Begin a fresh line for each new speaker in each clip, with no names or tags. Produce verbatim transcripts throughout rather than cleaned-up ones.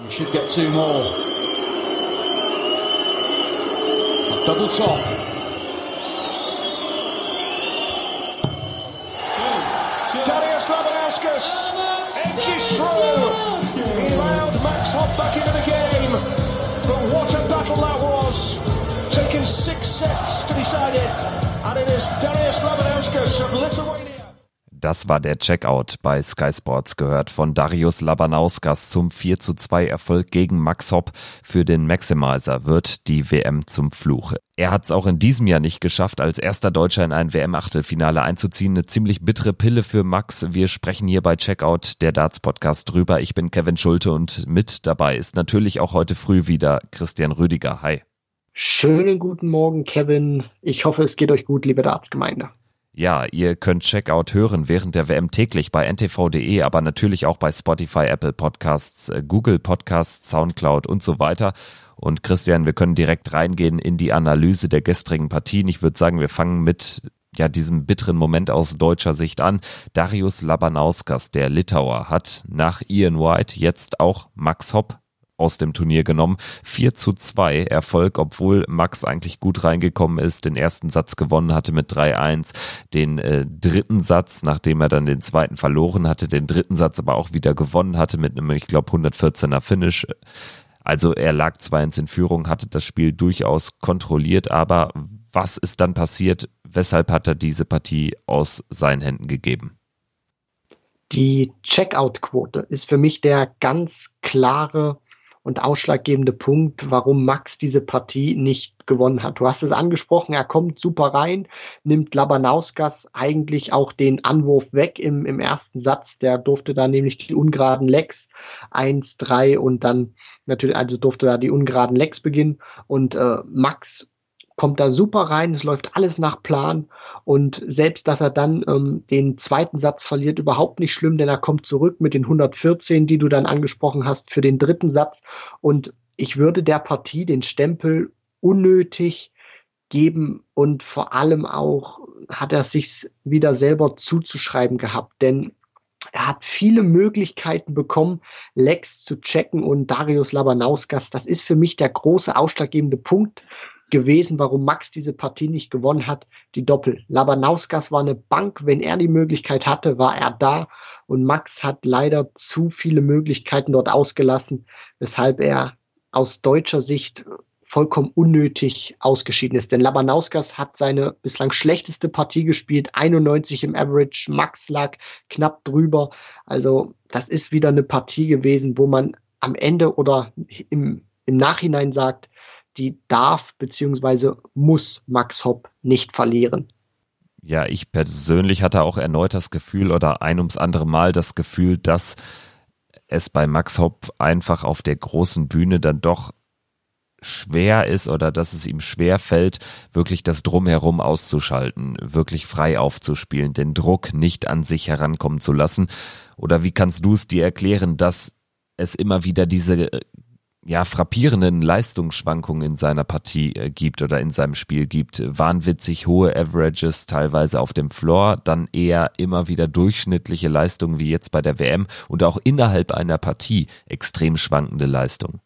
You should get two more. A double top. Darius Labanauskas edges through. He allowed Max Hopp back into the game. But what a battle that was. Taking six sets to decide it. And it is Darius Labanauskas of Lithuania.
Das war der Checkout bei Sky Sports, gehört von Darius Labanauskas zum vier zu zwei Erfolg gegen Max Hopp. Für den Maximizer wird die W M zum Fluch. Er hat es auch in diesem Jahr nicht geschafft, als erster Deutscher in ein W M-Achtelfinale einzuziehen. Eine ziemlich bittere Pille für Max. Wir sprechen hier bei Checkout, der Darts-Podcast, drüber. Ich bin Kevin Schulte und mit dabei ist natürlich auch heute früh wieder Christian Rüdiger. Hi.
Schönen guten Morgen, Kevin. Ich hoffe, es geht euch gut, liebe Darts-Gemeinde.
Ja, ihr könnt Checkout hören während der W M täglich bei n t v punkt d e, aber natürlich auch bei Spotify, Apple Podcasts, Google Podcasts, Soundcloud und so weiter. Und Christian, wir können direkt reingehen in die Analyse der gestrigen Partien. Ich würde sagen, wir fangen mit ja diesem bitteren Moment aus deutscher Sicht an. Darius Labanauskas, der Litauer, hat nach Ian White jetzt auch Max Hopp aus dem Turnier genommen. vier zu zwei Erfolg, obwohl Max eigentlich gut reingekommen ist, den ersten Satz gewonnen hatte mit drei eins, den äh, dritten Satz, nachdem er dann den zweiten verloren hatte, den dritten Satz aber auch wieder gewonnen hatte mit einem, ich glaube, hundertvierzehner Finish. Also er lag zwei eins in Führung, hatte das Spiel durchaus kontrolliert, aber was ist dann passiert? Weshalb hat er diese Partie aus seinen Händen gegeben?
Die Checkout-Quote ist für mich der ganz klare und ausschlaggebende Punkt, warum Max diese Partie nicht gewonnen hat. Du hast es angesprochen, er kommt super rein, nimmt Labanauskas eigentlich auch den Anwurf weg im, im ersten Satz. Der durfte da nämlich die ungeraden Legs eins, drei und dann natürlich, also durfte da die ungeraden Legs beginnen und äh, Max kommt da super rein, es läuft alles nach Plan und selbst, dass er dann ähm, den zweiten Satz verliert, überhaupt nicht schlimm, denn er kommt zurück mit den hundertvierzehn, die du dann angesprochen hast, für den dritten Satz und ich würde der Partie den Stempel unnötig geben und vor allem auch hat er sich wieder selber zuzuschreiben gehabt, denn er hat viele Möglichkeiten bekommen, Legs zu checken und Darius Labanauskas, das ist für mich der große ausschlaggebende Punkt gewesen, warum Max diese Partie nicht gewonnen hat, die Doppel. Labanauskas war eine Bank, wenn er die Möglichkeit hatte, war er da und Max hat leider zu viele Möglichkeiten dort ausgelassen, weshalb er aus deutscher Sicht vollkommen unnötig ausgeschieden ist. Denn Labanauskas hat seine bislang schlechteste Partie gespielt, einundneunzig im Average, Max lag knapp drüber. Also das ist wieder eine Partie gewesen, wo man am Ende oder im, im Nachhinein sagt, die darf bzw. muss Max Hopp nicht verlieren.
Ja, ich persönlich hatte auch erneut das Gefühl oder ein ums andere Mal das Gefühl, dass es bei Max Hopp einfach auf der großen Bühne dann doch schwer ist oder dass es ihm schwer fällt, wirklich das Drumherum auszuschalten, wirklich frei aufzuspielen, den Druck nicht an sich herankommen zu lassen. Oder wie kannst du es dir erklären, dass es immer wieder diese ja, frappierenden Leistungsschwankungen in seiner Partie äh, gibt oder in seinem Spiel gibt. Wahnwitzig hohe Averages teilweise auf dem Floor, dann eher immer wieder durchschnittliche Leistungen wie jetzt bei der W M und auch innerhalb einer Partie extrem schwankende Leistungen.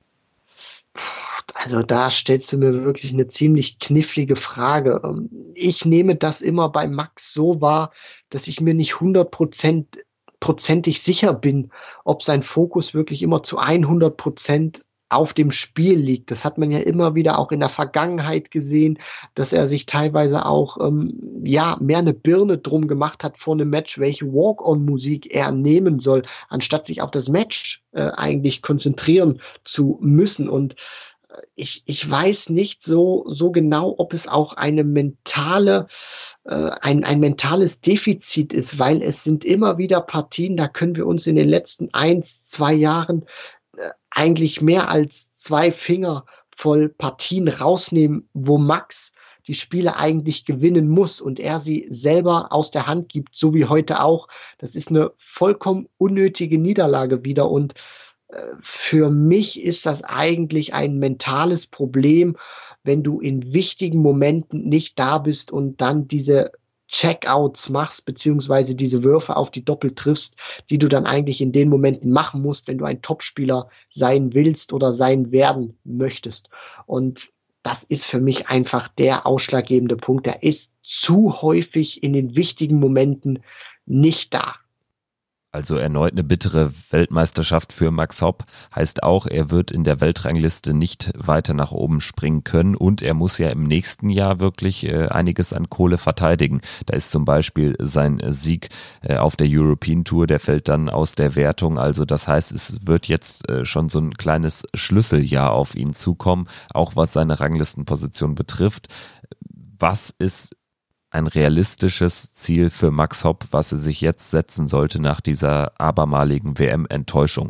Also da stellst du mir wirklich eine ziemlich knifflige Frage. Ich nehme das immer bei Max so wahr, dass ich mir nicht hundert Prozent prozentig sicher bin, ob sein Fokus wirklich immer zu hundert Prozent auf dem Spiel liegt. Das hat man ja immer wieder auch in der Vergangenheit gesehen, dass er sich teilweise auch ähm, ja mehr eine Birne drum gemacht hat vor einem Match, welche Walk-on-Musik er nehmen soll, anstatt sich auf das Match äh, eigentlich konzentrieren zu müssen. Und Ich, ich weiß nicht so, so genau, ob es auch eine mentale, äh, ein, ein mentales Defizit ist, weil es sind immer wieder Partien, da können wir uns in den letzten eins, zwei Jahren äh, eigentlich mehr als zwei Finger voll Partien rausnehmen, wo Max die Spiele eigentlich gewinnen muss und er sie selber aus der Hand gibt, so wie heute auch. Das ist eine vollkommen unnötige Niederlage wieder und für mich ist das eigentlich ein mentales Problem, wenn du in wichtigen Momenten nicht da bist und dann diese Checkouts machst, beziehungsweise diese Würfe auf die Doppel triffst, die du dann eigentlich in den Momenten machen musst, wenn du ein Topspieler sein willst oder sein werden möchtest. Und das ist für mich einfach der ausschlaggebende Punkt. Er ist zu häufig in den wichtigen Momenten nicht da.
Also erneut eine bittere Weltmeisterschaft für Max Hopp, heißt auch, er wird in der Weltrangliste nicht weiter nach oben springen können und er muss ja im nächsten Jahr wirklich äh, einiges an Kohle verteidigen. Da ist zum Beispiel sein Sieg äh, auf der European Tour, der fällt dann aus der Wertung. Also das heißt, es wird jetzt äh, schon so ein kleines Schlüsseljahr auf ihn zukommen, auch was seine Ranglistenposition betrifft. Was ist ein realistisches Ziel für Max Hopp, was er sich jetzt setzen sollte nach dieser abermaligen W M-Enttäuschung?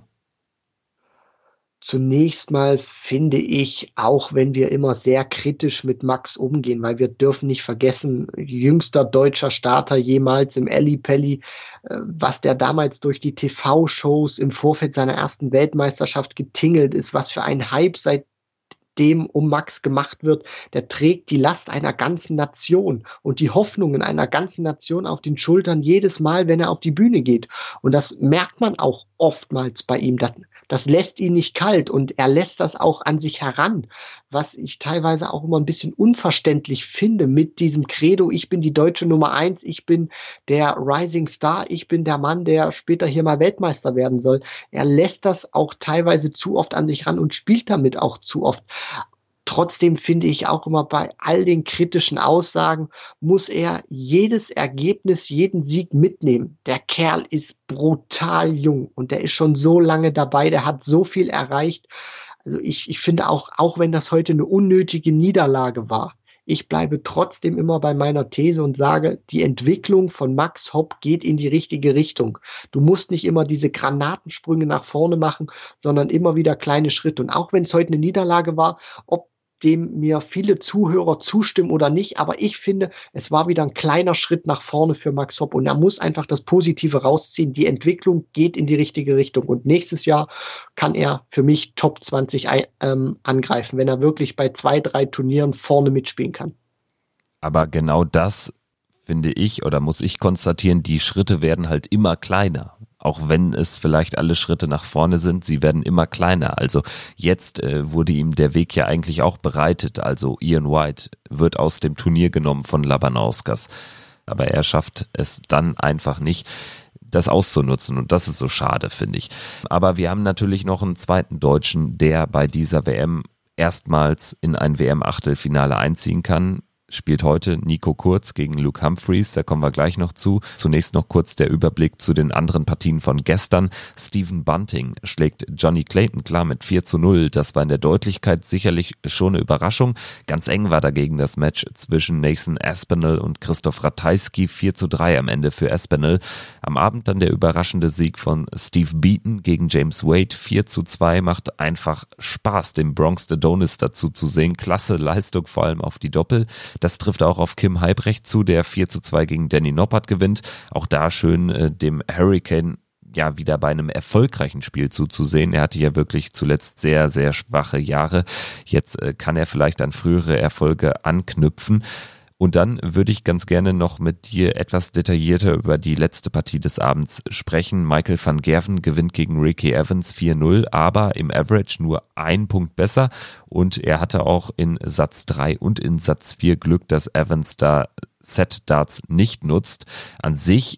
Zunächst mal finde ich, auch wenn wir immer sehr kritisch mit Max umgehen, weil wir dürfen nicht vergessen, jüngster deutscher Starter jemals im Ellipelli, was der damals durch die T V-Shows im Vorfeld seiner ersten Weltmeisterschaft getingelt ist, was für ein Hype seit dem um Max gemacht wird, der trägt die Last einer ganzen Nation und die Hoffnungen einer ganzen Nation auf den Schultern jedes Mal, wenn er auf die Bühne geht. Und das merkt man auch oftmals bei ihm. Das, das lässt ihn nicht kalt und er lässt das auch an sich heran, was ich teilweise auch immer ein bisschen unverständlich finde mit diesem Credo, ich bin die deutsche Nummer eins, ich bin der Rising Star, ich bin der Mann, der später hier mal Weltmeister werden soll. Er lässt das auch teilweise zu oft an sich ran und spielt damit auch zu oft. Trotzdem finde ich auch immer bei all den kritischen Aussagen muss er jedes Ergebnis, jeden Sieg mitnehmen. Der Kerl ist brutal jung und der ist schon so lange dabei, der hat so viel erreicht. Also ich, ich finde auch, auch wenn das heute eine unnötige Niederlage war, ich bleibe trotzdem immer bei meiner These und sage, die Entwicklung von Max Hopp geht in die richtige Richtung. Du musst nicht immer diese Granatensprünge nach vorne machen, sondern immer wieder kleine Schritte. Und auch wenn es heute eine Niederlage war, ob dem mir viele Zuhörer zustimmen oder nicht, aber ich finde, es war wieder ein kleiner Schritt nach vorne für Max Hopp und er muss einfach das Positive rausziehen. Die Entwicklung geht in die richtige Richtung und nächstes Jahr kann er für mich Top zwanzig ähm, angreifen, wenn er wirklich bei zwei, drei Turnieren vorne mitspielen kann.
Aber genau das finde ich oder muss ich konstatieren, die Schritte werden halt immer kleiner. Auch wenn es vielleicht alle Schritte nach vorne sind, sie werden immer kleiner. Also jetzt äh, wurde ihm der Weg ja eigentlich auch bereitet. Also Ian White wird aus dem Turnier genommen von Labanauskas. Aber er schafft es dann einfach nicht, das auszunutzen. Und das ist so schade, finde ich. Aber wir haben natürlich noch einen zweiten Deutschen, der bei dieser W M erstmals in ein W M-Achtelfinale einziehen kann. Spielt heute Nico Kurz gegen Luke Humphreys, da kommen wir gleich noch zu. Zunächst noch kurz der Überblick zu den anderen Partien von gestern. Stephen Bunting schlägt Johnny Clayton klar mit vier zu null. Das war in der Deutlichkeit sicherlich schon eine Überraschung. Ganz eng war dagegen das Match zwischen Nathan Aspinall und Christoph Ratajski. vier zu drei am Ende für Aspinall. Am Abend dann der überraschende Sieg von Steve Beaton gegen James Wade. vier zu zwei macht einfach Spaß, dem Bronx Adonis dazu zu sehen. Klasse Leistung, vor allem auf die Doppel. Das trifft auch auf Kim Heibrecht zu, der vier zu zwei gegen Danny Noppert gewinnt. Auch da schön äh, dem Hurricane ja wieder bei einem erfolgreichen Spiel zuzusehen. Er hatte ja wirklich zuletzt sehr, sehr schwache Jahre. Jetzt äh, kann er vielleicht an frühere Erfolge anknüpfen. Und dann würde ich ganz gerne noch mit dir etwas detaillierter über die letzte Partie des Abends sprechen. Michael van Gerven gewinnt gegen Ricky Evans vier null, aber im Average nur ein Punkt besser. Und er hatte auch in Satz drei und in Satz vier Glück, dass Evans da Set-Darts nicht nutzt. An sich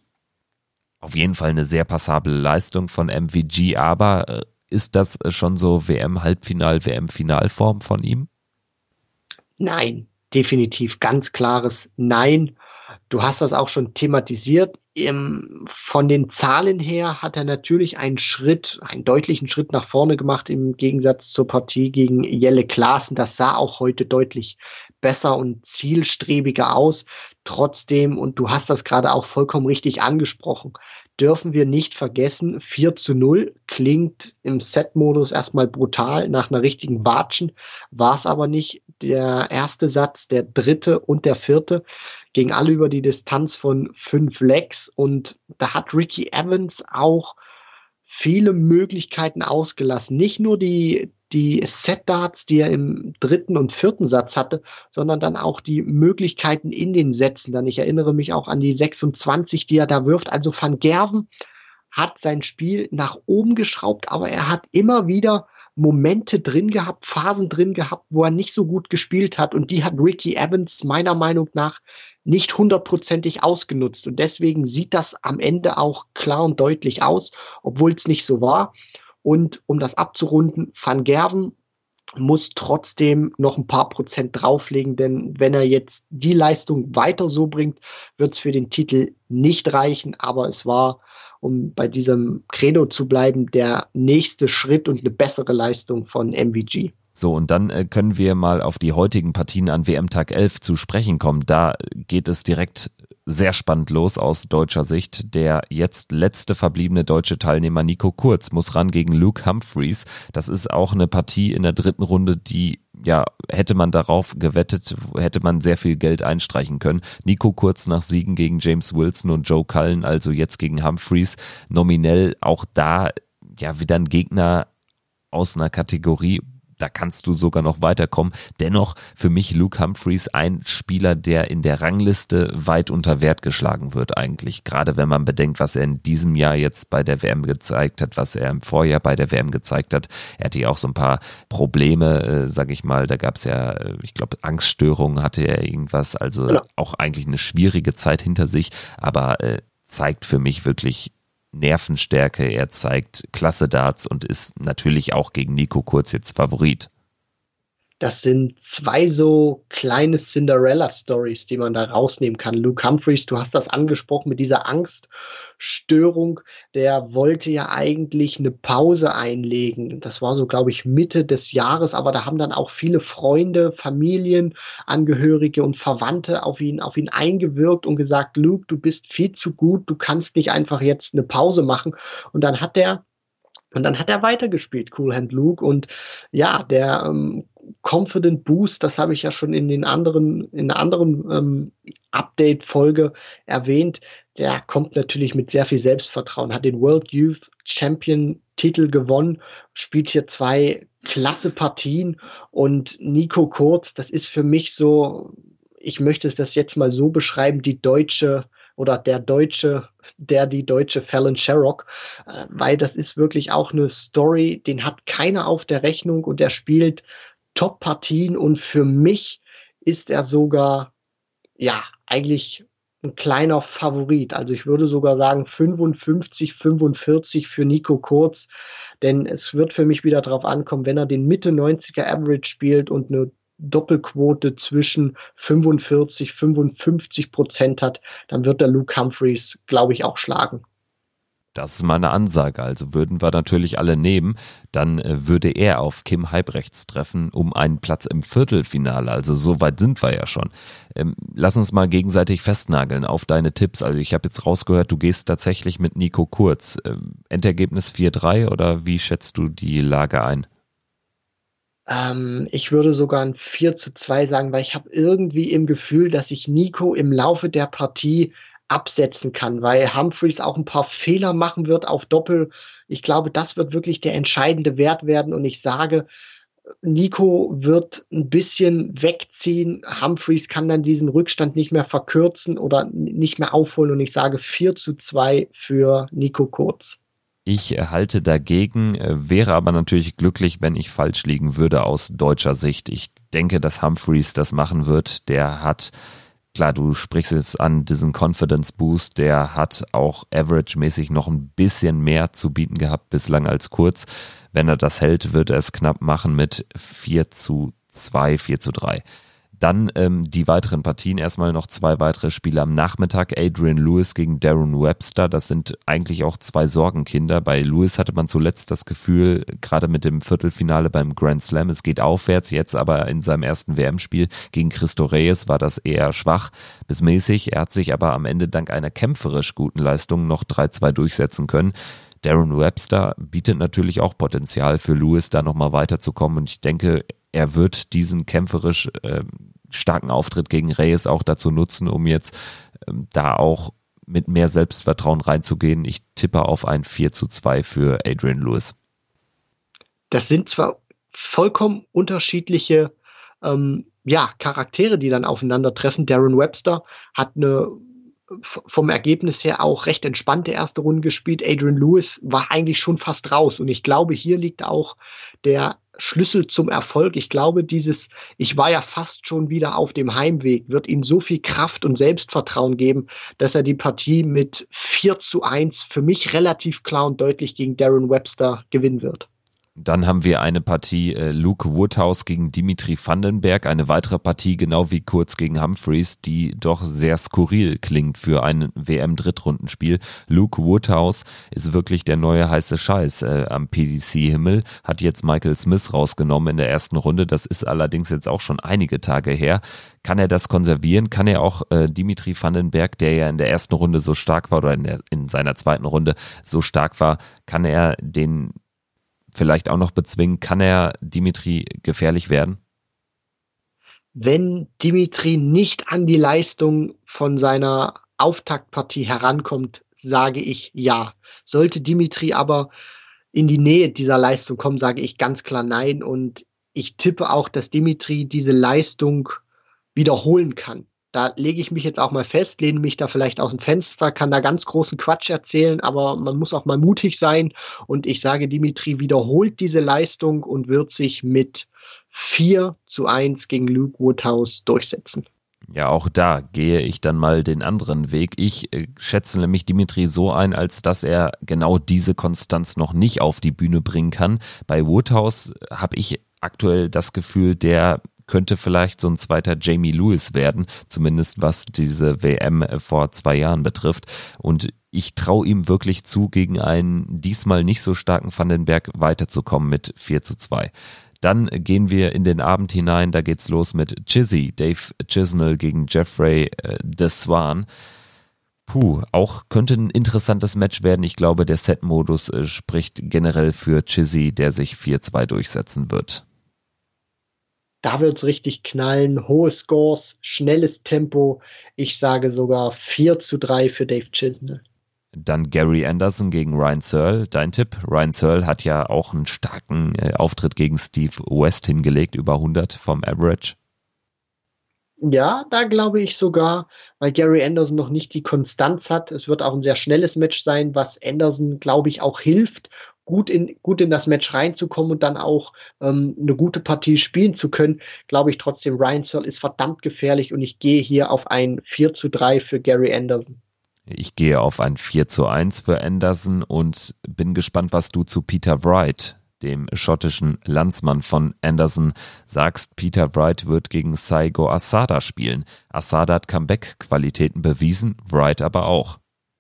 auf jeden Fall eine sehr passable Leistung von M V G, aber ist das schon so W M-Halbfinal, W M-Finalform von ihm?
Nein. Definitiv ganz klares Nein. Du hast das auch schon thematisiert. Von den Zahlen her hat er natürlich einen Schritt, einen deutlichen Schritt nach vorne gemacht im Gegensatz zur Partie gegen Jelle Klaassen. Das sah auch heute deutlich besser und zielstrebiger aus. Trotzdem, und du hast das gerade auch vollkommen richtig angesprochen, dürfen wir nicht vergessen, vier zu null klingt im Set-Modus erstmal brutal, nach einer richtigen Watschen, war es aber nicht. Der erste Satz, der dritte und der vierte gingen alle über die Distanz von fünf Legs und da hat Ricky Evans auch viele Möglichkeiten ausgelassen. Nicht nur die, die Set-Darts, die er im dritten und vierten Satz hatte, sondern dann auch die Möglichkeiten in den Sätzen. Dann ich erinnere mich auch an die sechsundzwanzig, die er da wirft. Also Van Gerwen hat sein Spiel nach oben geschraubt, aber er hat immer wieder Momente drin gehabt, Phasen drin gehabt, wo er nicht so gut gespielt hat, und die hat Ricky Evans meiner Meinung nach nicht hundertprozentig ausgenutzt, und deswegen sieht das am Ende auch klar und deutlich aus, obwohl es nicht so war. Und um das abzurunden, Van Gerwen muss trotzdem noch ein paar Prozent drauflegen, denn wenn er jetzt die Leistung weiter so bringt, wird es für den Titel nicht reichen, aber es war, um bei diesem Credo zu bleiben, der nächste Schritt und eine bessere Leistung von M V G.
So, und dann äh, können wir mal auf die heutigen Partien an W M-Tag elf zu sprechen kommen. Da geht es direkt sehr spannend los aus deutscher Sicht. Der jetzt letzte verbliebene deutsche Teilnehmer Nico Kurz muss ran gegen Luke Humphreys. Das ist auch eine Partie in der dritten Runde, die, ja, hätte man darauf gewettet, hätte man sehr viel Geld einstreichen können. Nico Kurz nach Siegen gegen James Wilson und Joe Cullen, also jetzt gegen Humphreys. Nominell auch da, ja, wieder ein Gegner aus einer Kategorie, da kannst du sogar noch weiterkommen. Dennoch für mich Luke Humphreys ein Spieler, der in der Rangliste weit unter Wert geschlagen wird eigentlich. Gerade wenn man bedenkt, was er in diesem Jahr jetzt bei der W M gezeigt hat, was er im Vorjahr bei der W M gezeigt hat. Er hatte ja auch so ein paar Probleme, äh, sag ich mal. Da gab es ja, ich glaube, Angststörungen hatte er irgendwas. Also ja, auch eigentlich eine schwierige Zeit hinter sich. Aber äh, zeigt für mich wirklich Nervenstärke, er zeigt klasse Darts und ist natürlich auch gegen Nico Kurz jetzt Favorit.
Das sind zwei so kleine Cinderella-Stories, die man da rausnehmen kann. Luke Humphreys, du hast das angesprochen mit dieser Angststörung, der wollte ja eigentlich eine Pause einlegen. Das war so, glaube ich, Mitte des Jahres, aber da haben dann auch viele Freunde, Familienangehörige und Verwandte auf ihn, auf ihn eingewirkt und gesagt, Luke, du bist viel zu gut, du kannst nicht einfach jetzt eine Pause machen. Und dann hat der Und dann hat er weitergespielt, Cool Hand Luke. Und ja, der ähm, Confident Boost, das habe ich ja schon in den anderen, in einer anderen ähm, Update-Folge erwähnt, der kommt natürlich mit sehr viel Selbstvertrauen, hat den World Youth Champion Titel gewonnen, spielt hier zwei klasse Partien, und Nico Kurz, das ist für mich so, ich möchte es das jetzt mal so beschreiben, die deutsche oder der deutsche, der die deutsche Fallon Sherrock, äh, weil das ist wirklich auch eine Story, den hat keiner auf der Rechnung, und er spielt Top-Partien, und für mich ist er sogar, ja, eigentlich ein kleiner Favorit. Also ich würde sogar sagen fünfundfünfzig, fünfundvierzig für Nico Kurz, denn es wird für mich wieder darauf ankommen, wenn er den Mitte neunziger Average spielt und eine Doppelquote zwischen fünfundvierzig, fünfundfünfzig Prozent hat, dann wird der Luke Humphreys, glaube ich, auch schlagen.
Das ist mal eine Ansage, also würden wir natürlich alle nehmen, dann äh, würde er auf Kim Heibrechts treffen um einen Platz im Viertelfinale, also so weit sind wir ja schon. Ähm, lass uns mal gegenseitig festnageln auf deine Tipps, also ich habe jetzt rausgehört, du gehst tatsächlich mit Nico Kurz. Ähm, Endergebnis vier drei oder wie schätzt du die Lage ein?
Ähm, ich würde sogar ein vier zu zwei sagen, weil ich habe irgendwie im Gefühl, dass ich Nico im Laufe der Partie absetzen kann, weil Humphreys auch ein paar Fehler machen wird auf Doppel. Ich glaube, das wird wirklich der entscheidende Wert werden, und ich sage, Nico wird ein bisschen wegziehen. Humphreys kann dann diesen Rückstand nicht mehr verkürzen oder nicht mehr aufholen, und ich sage vier zu zwei für Nico Kurz.
Ich halte dagegen, wäre aber natürlich glücklich, wenn ich falsch liegen würde aus deutscher Sicht. Ich denke, dass Humphreys das machen wird. Der hat, klar, du sprichst es an, diesen Confidence Boost, der hat auch average-mäßig noch ein bisschen mehr zu bieten gehabt bislang als Kurz. Wenn er das hält, wird er es knapp machen mit vier zu zwei, vier zu drei. Dann ähm, die weiteren Partien, erstmal noch zwei weitere Spiele am Nachmittag. Adrian Lewis gegen Darren Webster, das sind eigentlich auch zwei Sorgenkinder. Bei Lewis hatte man zuletzt das Gefühl, gerade mit dem Viertelfinale beim Grand Slam, es geht aufwärts, jetzt aber in seinem ersten W M-Spiel gegen Christo Reyes war das eher schwach bis mäßig. Er hat sich aber am Ende dank einer kämpferisch guten Leistung noch drei zwei durchsetzen können. Darren Webster bietet natürlich auch Potenzial für Lewis, da nochmal weiterzukommen, und ich denke, er wird diesen kämpferisch äh, starken Auftritt gegen Reyes auch dazu nutzen, um jetzt ähm, da auch mit mehr Selbstvertrauen reinzugehen. Ich tippe auf ein vier zu zwei für Adrian Lewis.
Das sind zwar vollkommen unterschiedliche ähm, ja, Charaktere, die dann aufeinandertreffen. Darren Webster hat eine vom Ergebnis her auch recht entspannte erste Runde gespielt. Adrian Lewis war eigentlich schon fast raus. Und ich glaube, hier liegt auch der Schlüssel zum Erfolg. Ich glaube, dieses, ich war ja fast schon wieder auf dem Heimweg, wird ihm so viel Kraft und Selbstvertrauen geben, dass er die Partie mit vier zu eins für mich relativ klar und deutlich gegen Darren Webster gewinnen wird.
Dann haben wir eine Partie äh, Luke Woodhouse gegen Dimitri Vandenberg, eine weitere Partie genau wie Kurz gegen Humphreys, die doch sehr skurril klingt für ein W M-Drittrundenspiel. Luke Woodhouse ist wirklich der neue heiße Scheiß äh, am P D C-Himmel, hat jetzt Michael Smith rausgenommen in der ersten Runde, das ist allerdings jetzt auch schon einige Tage her. Kann er das konservieren? Kann er auch äh, Dimitri Vandenberg, der ja in der ersten Runde so stark war oder in, der, in seiner zweiten Runde so stark war, kann er den vielleicht auch noch bezwingen? Kann er Dimitri gefährlich werden?
Wenn Dimitri nicht an die Leistung von seiner Auftaktpartie herankommt, sage ich ja. Sollte Dimitri aber in die Nähe dieser Leistung kommen, sage ich ganz klar nein. Und ich tippe auch, dass Dimitri diese Leistung wiederholen kann. Da lege ich mich jetzt auch mal fest, lehne mich da vielleicht aus dem Fenster, kann da ganz großen Quatsch erzählen, aber man muss auch mal mutig sein. Und ich sage, Dimitri wiederholt diese Leistung und wird sich mit vier zu eins gegen Luke Woodhouse durchsetzen.
Ja, auch da gehe ich dann mal den anderen Weg. Ich äh, schätze nämlich Dimitri so ein, als dass er genau diese Konstanz noch nicht auf die Bühne bringen kann. Bei Woodhouse habe ich aktuell das Gefühl, der könnte vielleicht so ein zweiter Jamie Lewis werden, zumindest was diese W M vor zwei Jahren betrifft. Und ich traue ihm wirklich zu, gegen einen diesmal nicht so starken Vandenberg weiterzukommen mit vier zu zwei. Dann gehen wir in den Abend hinein, da geht's los mit Chizzy, Dave Chisnell gegen Jeffrey äh, Deswan. Puh, auch könnte ein interessantes Match werden. Ich glaube, der Set-Modus äh, spricht generell für Chizzy, der sich vier zwei durchsetzen wird.
Da wird es richtig knallen, hohe Scores, schnelles Tempo. Ich sage sogar vier zu drei für Dave Chisnell.
Dann Gary Anderson gegen Ryan Searle. Dein Tipp? Ryan Searle hat ja auch einen starken äh, Auftritt gegen Steve West hingelegt, über hundert vom Average.
Ja, da glaube ich sogar, weil Gary Anderson noch nicht die Konstanz hat. Es wird auch ein sehr schnelles Match sein, was Anderson, glaube ich, auch hilft, gut in, gut in das Match reinzukommen und dann auch ähm, eine gute Partie spielen zu können. Glaube ich trotzdem, Ryan Searle ist verdammt gefährlich und ich gehe hier auf ein vier zu drei für Gary Anderson.
Ich gehe auf ein vier zu eins für Anderson und bin gespannt, was du zu Peter Wright, dem schottischen Landsmann von Anderson, sagst. Peter Wright wird gegen Saigo Asada spielen. Asada hat Comeback-Qualitäten bewiesen, Wright aber auch.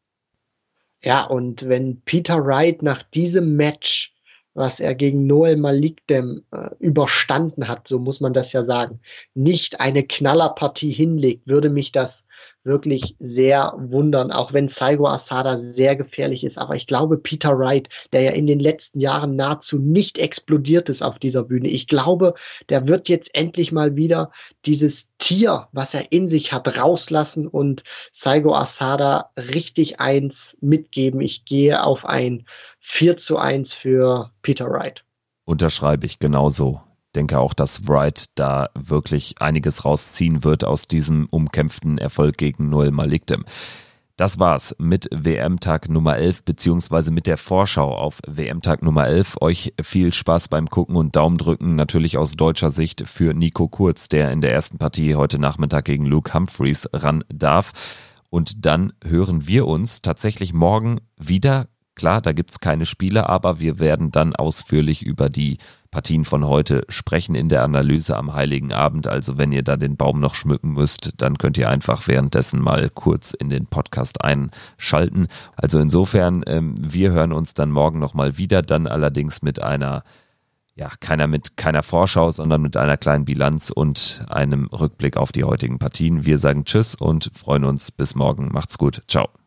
Ja, und wenn Peter Wright nach diesem Match, was er gegen Noel Malikdem äh, überstanden hat, so muss man das ja sagen, nicht eine Knallerpartie hinlegt, würde mich das wirklich sehr wundern, auch wenn Saigo Asada sehr gefährlich ist. Aber ich glaube, Peter Wright, der ja in den letzten Jahren nahezu nicht explodiert ist auf dieser Bühne, ich glaube, der wird jetzt endlich mal wieder dieses Tier, was er in sich hat, rauslassen und Saigo Asada richtig eins mitgeben. Ich gehe auf ein vier zu eins für Peter Wright.
Unterschreibe ich genauso. Denke auch, dass Wright da wirklich einiges rausziehen wird aus diesem umkämpften Erfolg gegen Noel Malikdem. Das war's mit W M-Tag Nummer elf beziehungsweise mit der Vorschau auf W M-Tag Nummer elf. Euch viel Spaß beim Gucken und Daumen drücken, natürlich aus deutscher Sicht für Nico Kurz, der in der ersten Partie heute Nachmittag gegen Luke Humphreys ran darf. Und dann hören wir uns tatsächlich morgen wieder. Klar, da gibt's keine Spiele, aber wir werden dann ausführlich über die Partien von heute sprechen in der Analyse am Heiligen Abend. Also wenn ihr da den Baum noch schmücken müsst, dann könnt ihr einfach währenddessen mal kurz in den Podcast einschalten. Also insofern, ähm, wir hören uns dann morgen nochmal wieder, dann allerdings mit einer, ja, keiner mit keiner Vorschau, sondern mit einer kleinen Bilanz und einem Rückblick auf die heutigen Partien. Wir sagen Tschüss und freuen uns bis morgen. Macht's gut. Ciao.